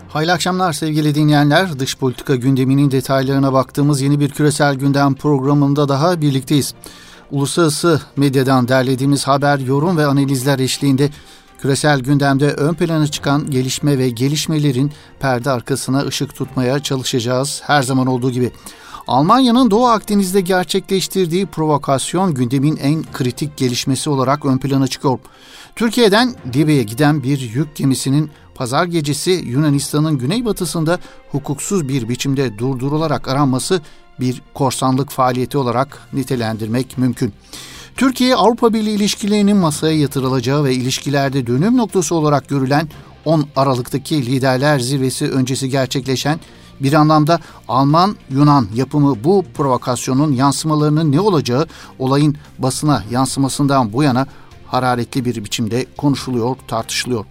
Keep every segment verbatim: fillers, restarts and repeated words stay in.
Hayırlı akşamlar sevgili dinleyenler. Dış politika gündeminin detaylarına baktığımız yeni bir küresel gündem programında daha birlikteyiz. Uluslararası medyadan derlediğimiz haber, yorum ve analizler eşliğinde küresel gündemde ön plana çıkan gelişme ve gelişmelerin perde arkasına ışık tutmaya çalışacağız. Her zaman olduğu gibi. Almanya'nın Doğu Akdeniz'de gerçekleştirdiği provokasyon gündemin en kritik gelişmesi olarak ön plana çıkıyor. Türkiye'den Libya'ya giden bir yük gemisinin pazar gecesi Yunanistan'ın güneybatısında hukuksuz bir biçimde durdurularak aranması bir korsanlık faaliyeti olarak nitelendirmek mümkün. Türkiye, Avrupa Birliği ilişkilerinin masaya yatırılacağı ve ilişkilerde dönüm noktası olarak görülen on Aralık'taki Liderler Zirvesi öncesi gerçekleşen bir anlamda Alman-Yunan yapımı bu provokasyonun yansımalarının ne olacağı olayın basına yansımasından bu yana hararetli bir biçimde konuşuluyor, tartışılıyor.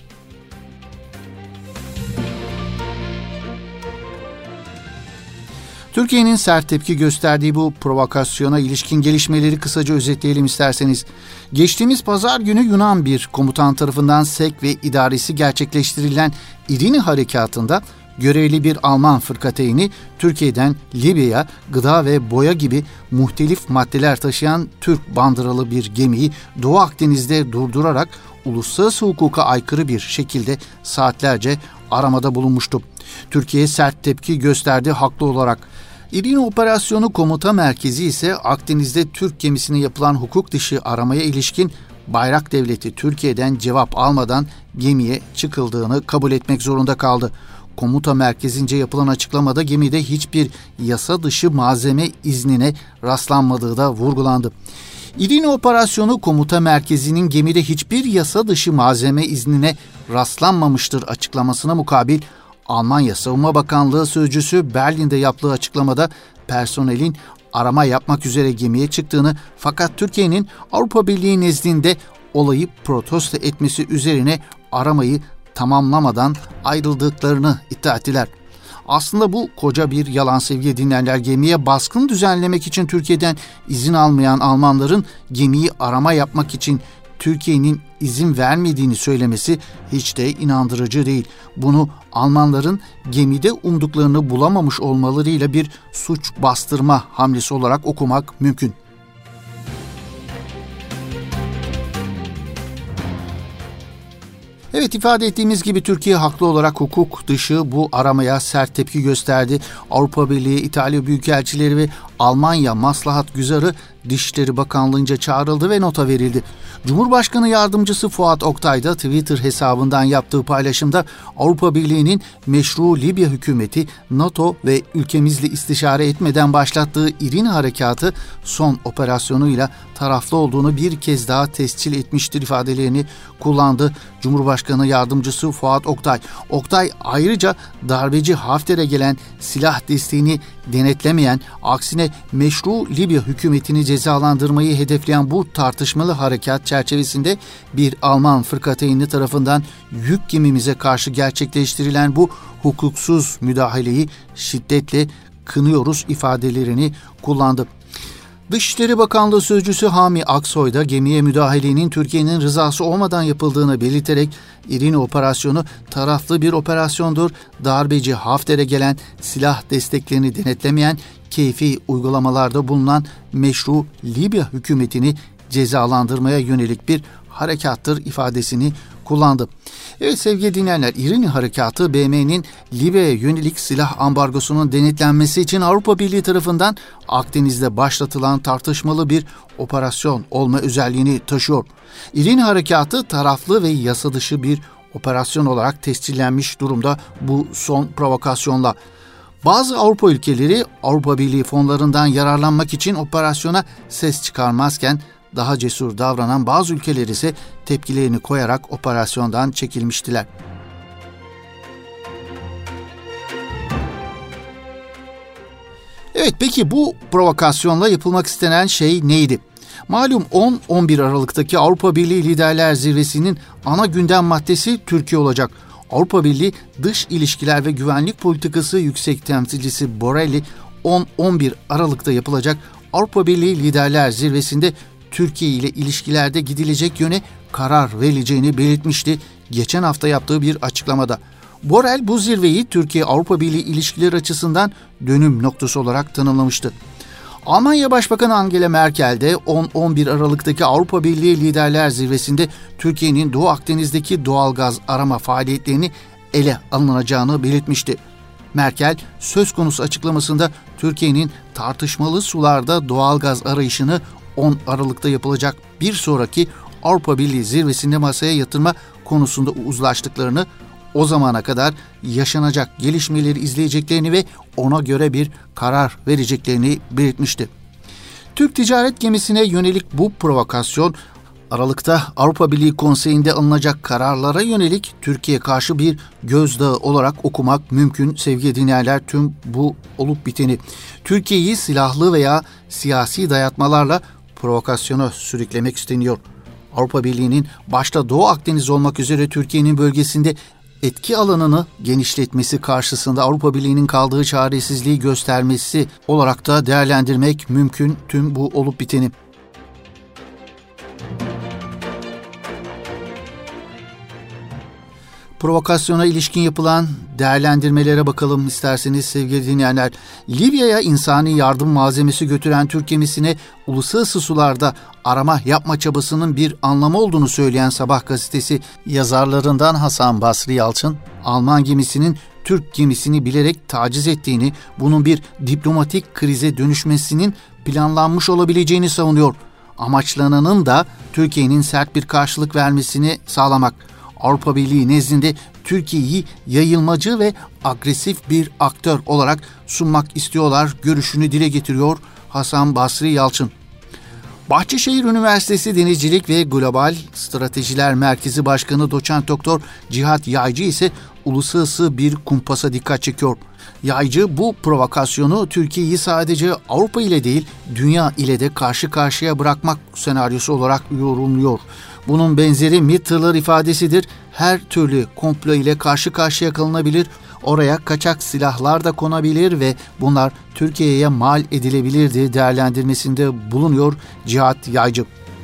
Türkiye'nin sert tepki gösterdiği bu provokasyona ilişkin gelişmeleri kısaca özetleyelim isterseniz. Geçtiğimiz pazar günü Yunan bir komutan tarafından sevk ve idaresi gerçekleştirilen İrini harekatında görevli bir Alman fırkateyni Türkiye'den Libya'ya gıda ve boya gibi muhtelif maddeler taşıyan Türk bandıralı bir gemiyi Doğu Akdeniz'de durdurarak uluslararası hukuka aykırı bir şekilde saatlerce aramada bulunmuştu. Türkiye sert tepki gösterdi haklı olarak. İrini Operasyonu Komuta Merkezi ise Akdeniz'de Türk gemisine yapılan hukuk dışı aramaya ilişkin bayrak devleti Türkiye'den cevap almadan gemiye çıkıldığını kabul etmek zorunda kaldı. Komuta merkezince yapılan açıklamada gemide hiçbir yasa dışı malzeme iznine rastlanmadığı da vurgulandı. İrini Operasyonu Komuta Merkezi'nin gemide hiçbir yasa dışı malzeme iznine rastlanmamıştır açıklamasına mukabil Almanya Savunma Bakanlığı sözcüsü Berlin'de yaptığı açıklamada personelin arama yapmak üzere gemiye çıktığını fakat Türkiye'nin Avrupa Birliği nezdinde olayı protesto etmesi üzerine aramayı tamamlamadan ayrıldıklarını iddia ettiler. Aslında bu koca bir yalan sevgili dinleyenler. Gemiye baskın düzenlemek için Türkiye'den izin almayan Almanların gemiyi arama yapmak için Türkiye'nin izin vermediğini söylemesi hiç de inandırıcı değil. Bunu Almanların gemide umduklarını bulamamış olmalarıyla bir suç bastırma hamlesi olarak okumak mümkün. Evet, ifade ettiğimiz gibi Türkiye haklı olarak hukuk dışı bu aramaya sert tepki gösterdi. Avrupa Birliği, İtalya Büyükelçileri ve Almanya Maslahat Güzarı Dışişleri Bakanlığı'nca çağrıldı ve nota verildi. Cumhurbaşkanı Yardımcısı Fuat Oktay da Twitter hesabından yaptığı paylaşımda Avrupa Birliği'nin meşru Libya hükümeti, NATO ve ülkemizle istişare etmeden başlattığı İrini harekatı son operasyonuyla taraflı olduğunu bir kez daha tescil etmiştir ifadelerini kullandı Cumhurbaşkanı Yardımcısı Fuat Oktay. Oktay ayrıca darbeci Hafter'e gelen silah desteğini denetlemeyen, aksine meşru Libya hükümetini cezalandırmayı hedefleyen bu tartışmalı harekat çerçevesinde bir Alman fırkateyni tarafından yük gemimize karşı gerçekleştirilen bu hukuksuz müdahaleyi şiddetle kınıyoruz ifadelerini kullandı. Dışişleri Bakanlığı Sözcüsü Hami Aksoy da gemiye müdahalenin Türkiye'nin rızası olmadan yapıldığını belirterek İrini operasyonu taraflı bir operasyondur. Darbeci Hafter'e gelen silah desteklerini denetlemeyen, keyfi uygulamalarda bulunan meşru Libya hükümetini cezalandırmaya yönelik bir harekattır ifadesini kullandı. Evet sevgili dinleyenler, İrini harekatı B M'nin Libya'ya yönelik silah ambargosunun denetlenmesi için Avrupa Birliği tarafından Akdeniz'de başlatılan tartışmalı bir operasyon olma özelliğini taşıyor. İrini harekatı taraflı ve yasa dışı bir operasyon olarak tescillenmiş durumda bu son provokasyonla. Bazı Avrupa ülkeleri Avrupa Birliği fonlarından yararlanmak için operasyona ses çıkarmazken daha cesur davranan bazı ülkeler ise tepkilerini koyarak operasyondan çekilmiştiler. Evet, peki bu provokasyonla yapılmak istenen şey neydi? Malum on on bir Aralık'taki Avrupa Birliği Liderler Zirvesi'nin ana gündem maddesi Türkiye olacak. Avrupa Birliği Dış İlişkiler ve Güvenlik Politikası Yüksek Temsilcisi Borrelli on on bir Aralık'ta yapılacak Avrupa Birliği Liderler Zirvesi'nde Türkiye ile ilişkilerde gidilecek yöne karar verileceğini belirtmişti geçen hafta yaptığı bir açıklamada. Borrell bu zirveyi Türkiye-Avrupa Birliği ilişkileri açısından dönüm noktası olarak tanımlamıştı. Almanya Başbakanı Angela Merkel de on on bir Aralık'taki Avrupa Birliği Liderler Zirvesi'nde Türkiye'nin Doğu Akdeniz'deki doğalgaz arama faaliyetlerini ele alınacağını belirtmişti. Merkel söz konusu açıklamasında Türkiye'nin tartışmalı sularda doğalgaz arayışını on Aralık'ta yapılacak bir sonraki Avrupa Birliği zirvesinde masaya yatırma konusunda uzlaştıklarını, o zamana kadar yaşanacak gelişmeleri izleyeceklerini ve ona göre bir karar vereceklerini belirtmişti. Türk ticaret gemisine yönelik bu provokasyon, Aralık'ta Avrupa Birliği Konseyi'nde alınacak kararlara yönelik Türkiye karşı bir gözdağı olarak okumak mümkün sevgili dinleyenler tüm bu olup biteni. Türkiye'yi silahlı veya siyasi dayatmalarla provokasyona sürüklemek isteniyor. Avrupa Birliği'nin başta Doğu Akdeniz olmak üzere Türkiye'nin bölgesinde etki alanını genişletmesi karşısında Avrupa Birliği'nin kaldığı çaresizliği göstermesi olarak da değerlendirmek mümkün tüm bu olup biteni. Provokasyona ilişkin yapılan değerlendirmelere bakalım isterseniz sevgili dinleyenler. Libya'ya insani yardım malzemesi götüren Türk gemisine uluslararası sularda arama yapma çabasının bir anlamı olduğunu söyleyen Sabah gazetesi yazarlarından Hasan Basri Yalçın, Alman gemisinin Türk gemisini bilerek taciz ettiğini, bunun bir diplomatik krize dönüşmesinin planlanmış olabileceğini savunuyor. Amaçlananın da Türkiye'nin sert bir karşılık vermesini sağlamak. Avrupa Birliği nezdinde Türkiye'yi yayılmacı ve agresif bir aktör olarak sunmak istiyorlar görüşünü dile getiriyor Hasan Basri Yalçın. Bahçeşehir Üniversitesi Denizcilik ve Global Stratejiler Merkezi Başkanı Doçent Doktor Cihat Yaycı ise uluslararası bir kumpasa dikkat çekiyor. Yaycı bu provokasyonu Türkiye'yi sadece Avrupa ile değil dünya ile de karşı karşıya bırakmak senaryosu olarak yorumluyor. Bunun benzeri Mittler ifadesidir. Her türlü komplo ile karşı karşıya kalınabilir, oraya kaçak silahlar da konabilir ve bunlar Türkiye'ye mal edilebilirdi değerlendirmesinde bulunuyor Cihat Yaycı.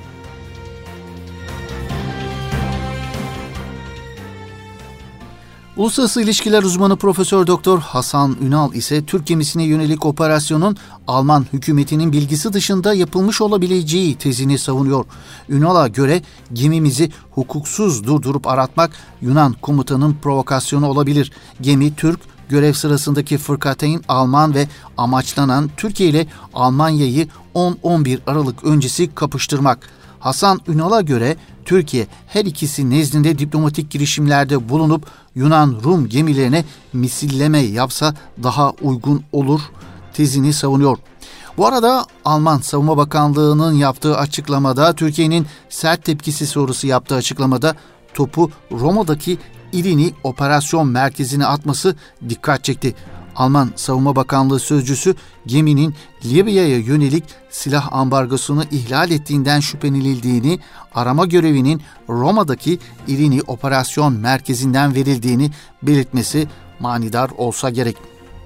Uluslararası İlişkiler uzmanı Profesör Doktor Hasan Ünal ise Türk gemisine yönelik operasyonun Alman hükümetinin bilgisi dışında yapılmış olabileceği tezini savunuyor. Ünal'a göre gemimizi hukuksuz durdurup aratmak Yunan komutanın provokasyonu olabilir. Gemi Türk, görev sırasındaki fırkateyn Alman ve amaçlanan Türkiye ile Almanya'yı on on bir Aralık öncesi kapıştırmak. Hasan Ünal'a göre Türkiye her ikisi nezdinde diplomatik girişimlerde bulunup Yunan Rum gemilerine misilleme yapsa daha uygun olur tezini savunuyor. Bu arada Alman Savunma Bakanlığı'nın yaptığı açıklamada Türkiye'nin sert tepkisi sorusu yaptığı açıklamada topu Roma'daki İrini Operasyon Merkezi'ne atması dikkat çekti. Alman Savunma Bakanlığı sözcüsü geminin Libya'ya yönelik silah ambargosunu ihlal ettiğinden şüphelenildiğini, arama görevinin Roma'daki İrini Operasyon Merkezi'nden verildiğini belirtmesi manidar olsa gerek.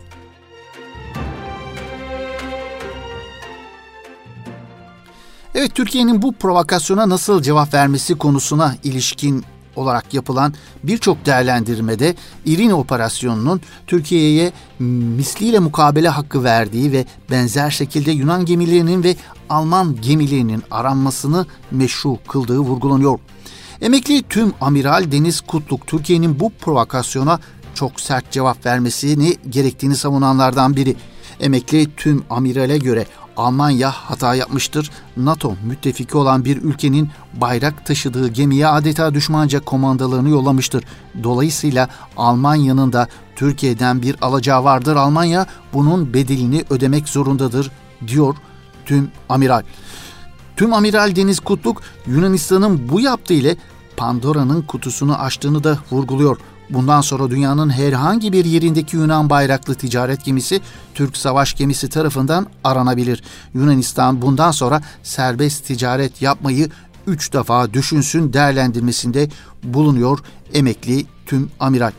Evet, Türkiye'nin bu provokasyona nasıl cevap vermesi konusuna ilişkin olarak yapılan birçok değerlendirmede İrini operasyonunun Türkiye'ye misliyle mukabele hakkı verdiği ve benzer şekilde Yunan gemilerinin ve Alman gemilerinin aranmasını meşru kıldığı vurgulanıyor. Emekli Tüm Amiral Deniz Kutluk, Türkiye'nin bu provokasyona çok sert cevap vermesini gerektiğini savunanlardan biri. Emekli Tüm Amiral'e göre Almanya hata yapmıştır. NATO müttefiki olan bir ülkenin bayrak taşıdığı gemiye adeta düşmanca komandalarını yollamıştır. Dolayısıyla Almanya'nın da Türkiye'den bir alacağı vardır. Almanya bunun bedelini ödemek zorundadır, diyor Tüm Amiral. Tüm Amiral Deniz Kutluk, Yunanistan'ın bu yaptığı ile Pandora'nın kutusunu açtığını da vurguluyor. Bundan sonra dünyanın herhangi bir yerindeki Yunan bayraklı ticaret gemisi Türk savaş gemisi tarafından aranabilir. Yunanistan bundan sonra serbest ticaret yapmayı üç defa düşünsün değerlendirmesinde bulunuyor emekli Tüm Amiral.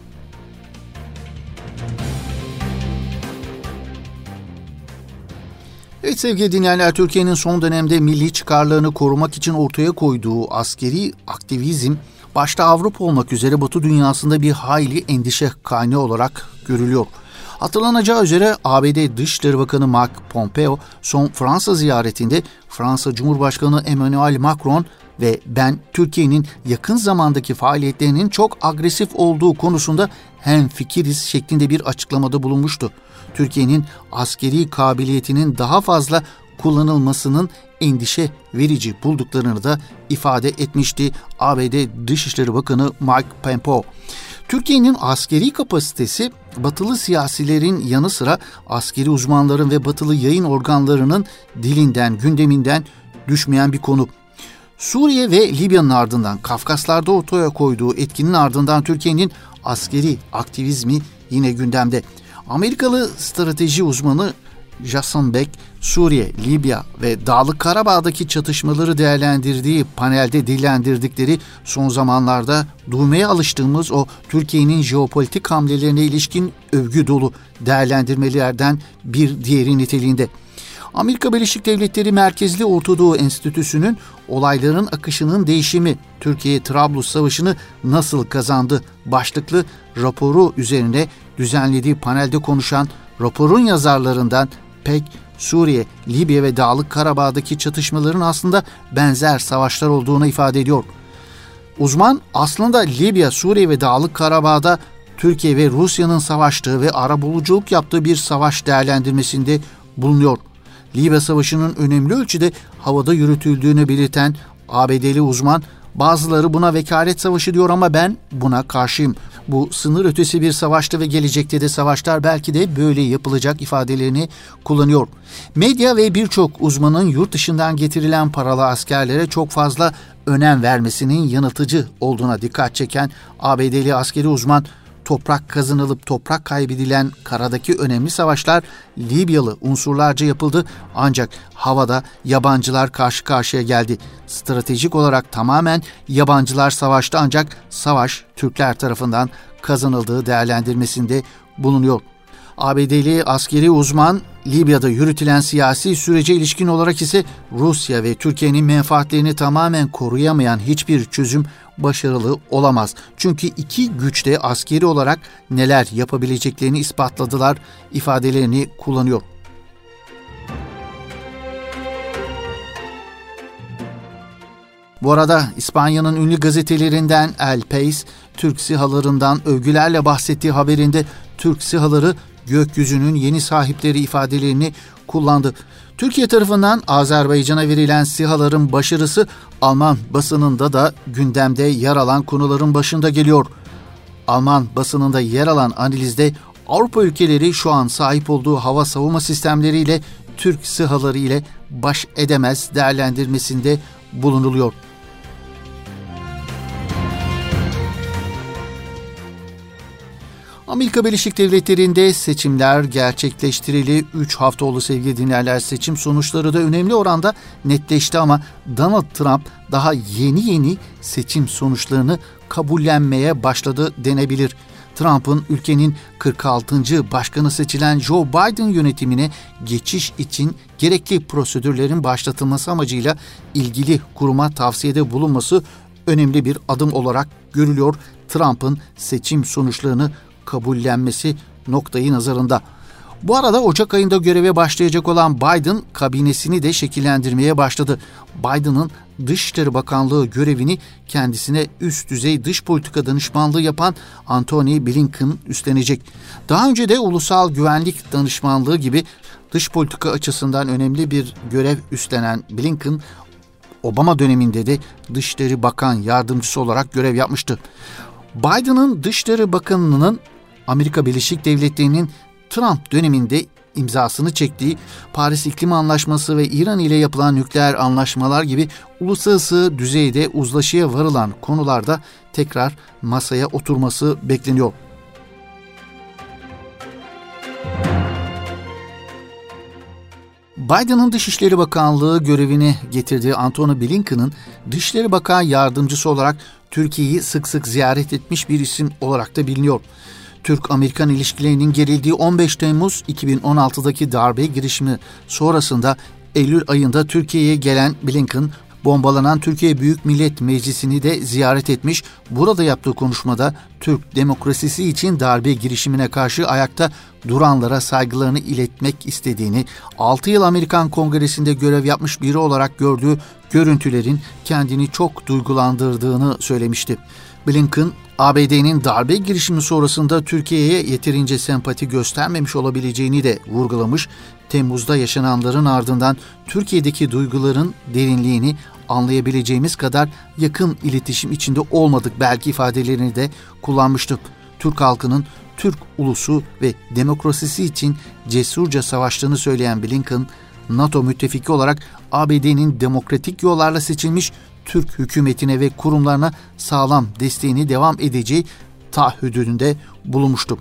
Evet sevgili dinleyenler, Türkiye'nin son dönemde milli çıkarlarını korumak için ortaya koyduğu askeri aktivizm başta Avrupa olmak üzere Batı dünyasında bir hayli endişe kaynağı olarak görülüyor. Hatırlanacağı üzere A B D Dışişleri Bakanı Mike Pompeo son Fransa ziyaretinde Fransa Cumhurbaşkanı Emmanuel Macron ve ben Türkiye'nin yakın zamandaki faaliyetlerinin çok agresif olduğu konusunda hemfikiriz şeklinde bir açıklamada bulunmuştu. Türkiye'nin askeri kabiliyetinin daha fazla kullanılmasının endişe verici bulduklarını da ifade etmişti A B D Dışişleri Bakanı Mike Pompeo. Türkiye'nin askeri kapasitesi batılı siyasilerin yanı sıra askeri uzmanların ve batılı yayın organlarının dilinden, gündeminden düşmeyen bir konu. Suriye ve Libya'nın ardından Kafkaslar'da ortaya koyduğu etkinin ardından Türkiye'nin askeri aktivizmi yine gündemde. Amerikalı strateji uzmanı Jason Beck, Suriye, Libya ve Dağlık Karabağ'daki çatışmaları değerlendirdiği panelde dillendirdikleri son zamanlarda duymaya alıştığımız o Türkiye'nin jeopolitik hamlelerine ilişkin övgü dolu değerlendirmelerden bir diğeri niteliğinde. Amerika Birleşik Devletleri Merkezli Ortadoğu Enstitüsü'nün olayların akışının değişimi, Türkiye Trablus Savaşı'nı nasıl kazandı başlıklı raporu üzerine düzenlediği panelde konuşan raporun yazarlarından Peck, Suriye, Libya ve Dağlık Karabağ'daki çatışmaların aslında benzer savaşlar olduğunu ifade ediyor. Uzman aslında Libya, Suriye ve Dağlık Karabağ'da Türkiye ve Rusya'nın savaştığı ve arabuluculuk yaptığı bir savaş değerlendirmesinde bulunuyor. Libya Savaşı'nın önemli ölçüde havada yürütüldüğünü belirten A B D'li uzman, bazıları buna vekalet savaşı diyor ama ben buna karşıyım. Bu sınır ötesi bir savaştı ve gelecekte de savaşlar belki de böyle yapılacak ifadelerini kullanıyor. Medya ve birçok uzmanın yurt dışından getirilen paralı askerlere çok fazla önem vermesinin yanıltıcı olduğuna dikkat çeken A B D'li askeri uzman, toprak kazanılıp toprak kaybedilen karadaki önemli savaşlar Libyalı unsurlarca yapıldı ancak havada yabancılar karşı karşıya geldi. Stratejik olarak tamamen yabancılar savaştı ancak savaş Türkler tarafından kazanıldığı değerlendirmesinde bulunuyor. A B D'li askeri uzman, Libya'da yürütülen siyasi sürece ilişkin olarak ise Rusya ve Türkiye'nin menfaatlerini tamamen koruyamayan hiçbir çözüm başarılı olamaz. Çünkü iki güç de askeri olarak neler yapabileceklerini ispatladılar ifadelerini kullanıyor. Bu arada İspanya'nın ünlü gazetelerinden El País, Türk SİHA'larından övgülerle bahsettiği haberinde Türk SİHA'ları gökyüzünün yeni sahipleri ifadelerini kullandı. Türkiye tarafından Azerbaycan'a verilen SİHA'ların başarısı Alman basınında da gündemde yer alan konuların başında geliyor. Alman basınında yer alan analizde Avrupa ülkeleri şu an sahip olduğu hava savunma sistemleriyle Türk SİHA'ları ile baş edemez değerlendirmesinde bulunuluyor. Amerika Birleşik Devletleri'nde seçimler gerçekleştirili. üç hafta oldu sevgili dinleyenler. Seçim sonuçları da önemli oranda netleşti ama Donald Trump daha yeni yeni seçim sonuçlarını kabullenmeye başladı denebilir. Trump'ın ülkenin kırk altıncı başkanı seçilen Joe Biden yönetimine geçiş için gerekli prosedürlerin başlatılması amacıyla ilgili kuruma tavsiyede bulunması önemli bir adım olarak görülüyor. Trump'ın seçim sonuçlarını kabullenmesi noktayı nazarında. Bu arada Ocak ayında göreve başlayacak olan Biden kabinesini de şekillendirmeye başladı. Biden'ın Dışişleri Bakanlığı görevini kendisine üst düzey dış politika danışmanlığı yapan Antony Blinken üstlenecek. Daha önce de ulusal güvenlik danışmanlığı gibi dış politika açısından önemli bir görev üstlenen Blinken, Obama döneminde de Dışişleri Bakan Yardımcısı olarak görev yapmıştı. Biden'ın Dışişleri Bakanlığı'nın Amerika Birleşik Devletleri'nin Trump döneminde imzasını çektiği Paris İklim Anlaşması ve İran ile yapılan nükleer anlaşmalar gibi uluslararası düzeyde uzlaşıya varılan konularda tekrar masaya oturması bekleniyor. Biden'ın Dışişleri Bakanlığı görevine getirdiği Antony Blinken'ın Dışişleri Bakan Yardımcısı olarak Türkiye'yi sık sık ziyaret etmiş bir isim olarak da biliniyor. Türk-Amerikan ilişkilerinin gerildiği on beş Temmuz iki bin on altıdaki darbe girişimi sonrasında Eylül ayında Türkiye'ye gelen Blinken, bombalanan Türkiye Büyük Millet Meclisi'ni de ziyaret etmiş. Burada yaptığı konuşmada Türk demokrasisi için darbe girişimine karşı ayakta duranlara saygılarını iletmek istediğini, altı yıl Amerikan Kongresi'nde görev yapmış biri olarak gördüğü görüntülerin kendini çok duygulandırdığını söylemişti. Blinken, A B D'nin darbe girişimi sonrasında Türkiye'ye yeterince sempati göstermemiş olabileceğini de vurgulamış. Temmuz'da yaşananların ardından Türkiye'deki duyguların derinliğini anlayabileceğimiz kadar yakın iletişim içinde olmadık belki ifadelerini de kullanmıştı. Türk halkının Türk ulusu ve demokrasisi için cesurca savaştığını söyleyen Blinken, NATO müttefiki olarak A B D'nin demokratik yollarla seçilmiş Türk hükümetine ve kurumlarına sağlam desteğini devam edeceği taahhüdünde bulunmuştu.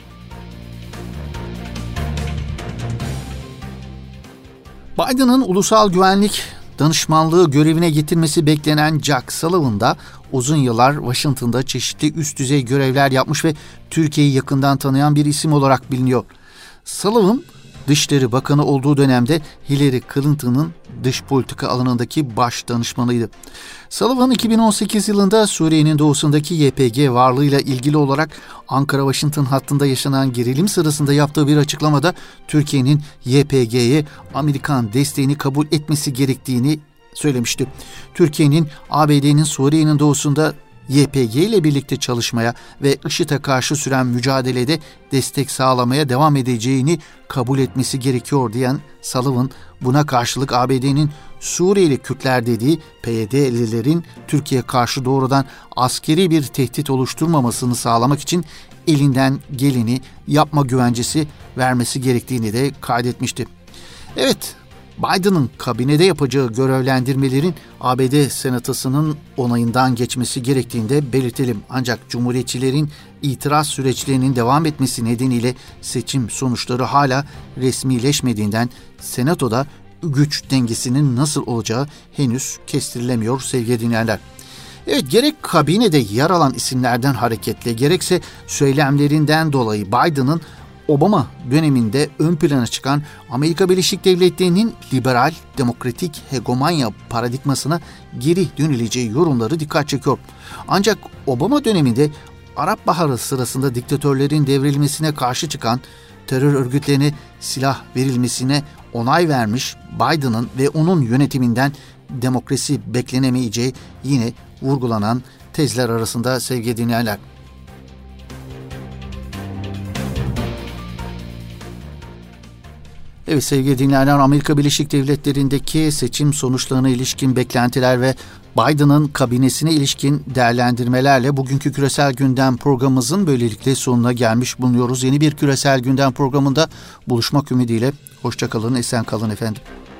Biden'ın ulusal güvenlik danışmanlığı görevine getirmesi beklenen Jack Sullivan da uzun yıllar Washington'da çeşitli üst düzey görevler yapmış ve Türkiye'yi yakından tanıyan bir isim olarak biliniyor. Sullivan, Dışişleri Bakanı olduğu dönemde Hillary Clinton'ın dış politika alanındaki baş danışmanıydı. Sullivan iki bin on sekiz yılında Suriye'nin doğusundaki Y P G varlığıyla ilgili olarak Ankara-Washington hattında yaşanan gerilim sırasında yaptığı bir açıklamada Türkiye'nin Y P G'ye Amerikan desteğini kabul etmesi gerektiğini söylemişti. Türkiye'nin A B D'nin Suriye'nin doğusunda Y P G ile birlikte çalışmaya ve IŞİD'e karşı süren mücadelede destek sağlamaya devam edeceğini kabul etmesi gerekiyor diyen Sullivan, buna karşılık A B D'nin Suriyeli Kürtler dediği P Y D'lilerin Türkiye karşı doğrudan askeri bir tehdit oluşturmamasını sağlamak için elinden geleni yapma güvencesi vermesi gerektiğini de kaydetmişti. Evet, Biden'ın kabinede yapacağı görevlendirmelerin A B D Senatosu'nun onayından geçmesi gerektiğini de belirtelim. Ancak Cumhuriyetçilerin itiraz süreçlerinin devam etmesi nedeniyle seçim sonuçları hala resmileşmediğinden Senato'da güç dengesinin nasıl olacağı henüz kestirilemiyor sevgili dinleyenler. Evet, gerek kabinede yer alan isimlerden hareketle gerekse söylemlerinden dolayı Biden'ın Obama döneminde ön plana çıkan Amerika Birleşik Devletleri'nin liberal, demokratik hegemonya paradigmasına geri dönüleceği yorumları dikkat çekiyor. Ancak Obama döneminde Arap Baharı sırasında diktatörlerin devrilmesine karşı çıkan, terör örgütlerine silah verilmesine onay vermiş Biden'ın ve onun yönetiminden demokrasi beklenemeyeceği yine vurgulanan tezler arasında sevgili dinleyenler. Evet sevgili dinleyenler, Amerika Birleşik Devletleri'ndeki seçim sonuçlarına ilişkin beklentiler ve Biden'ın kabinesine ilişkin değerlendirmelerle bugünkü Küresel Gündem programımızın böylelikle sonuna gelmiş bulunuyoruz. Yeni bir Küresel Gündem programında buluşmak ümidiyle. Hoşça kalın, esen kalın efendim.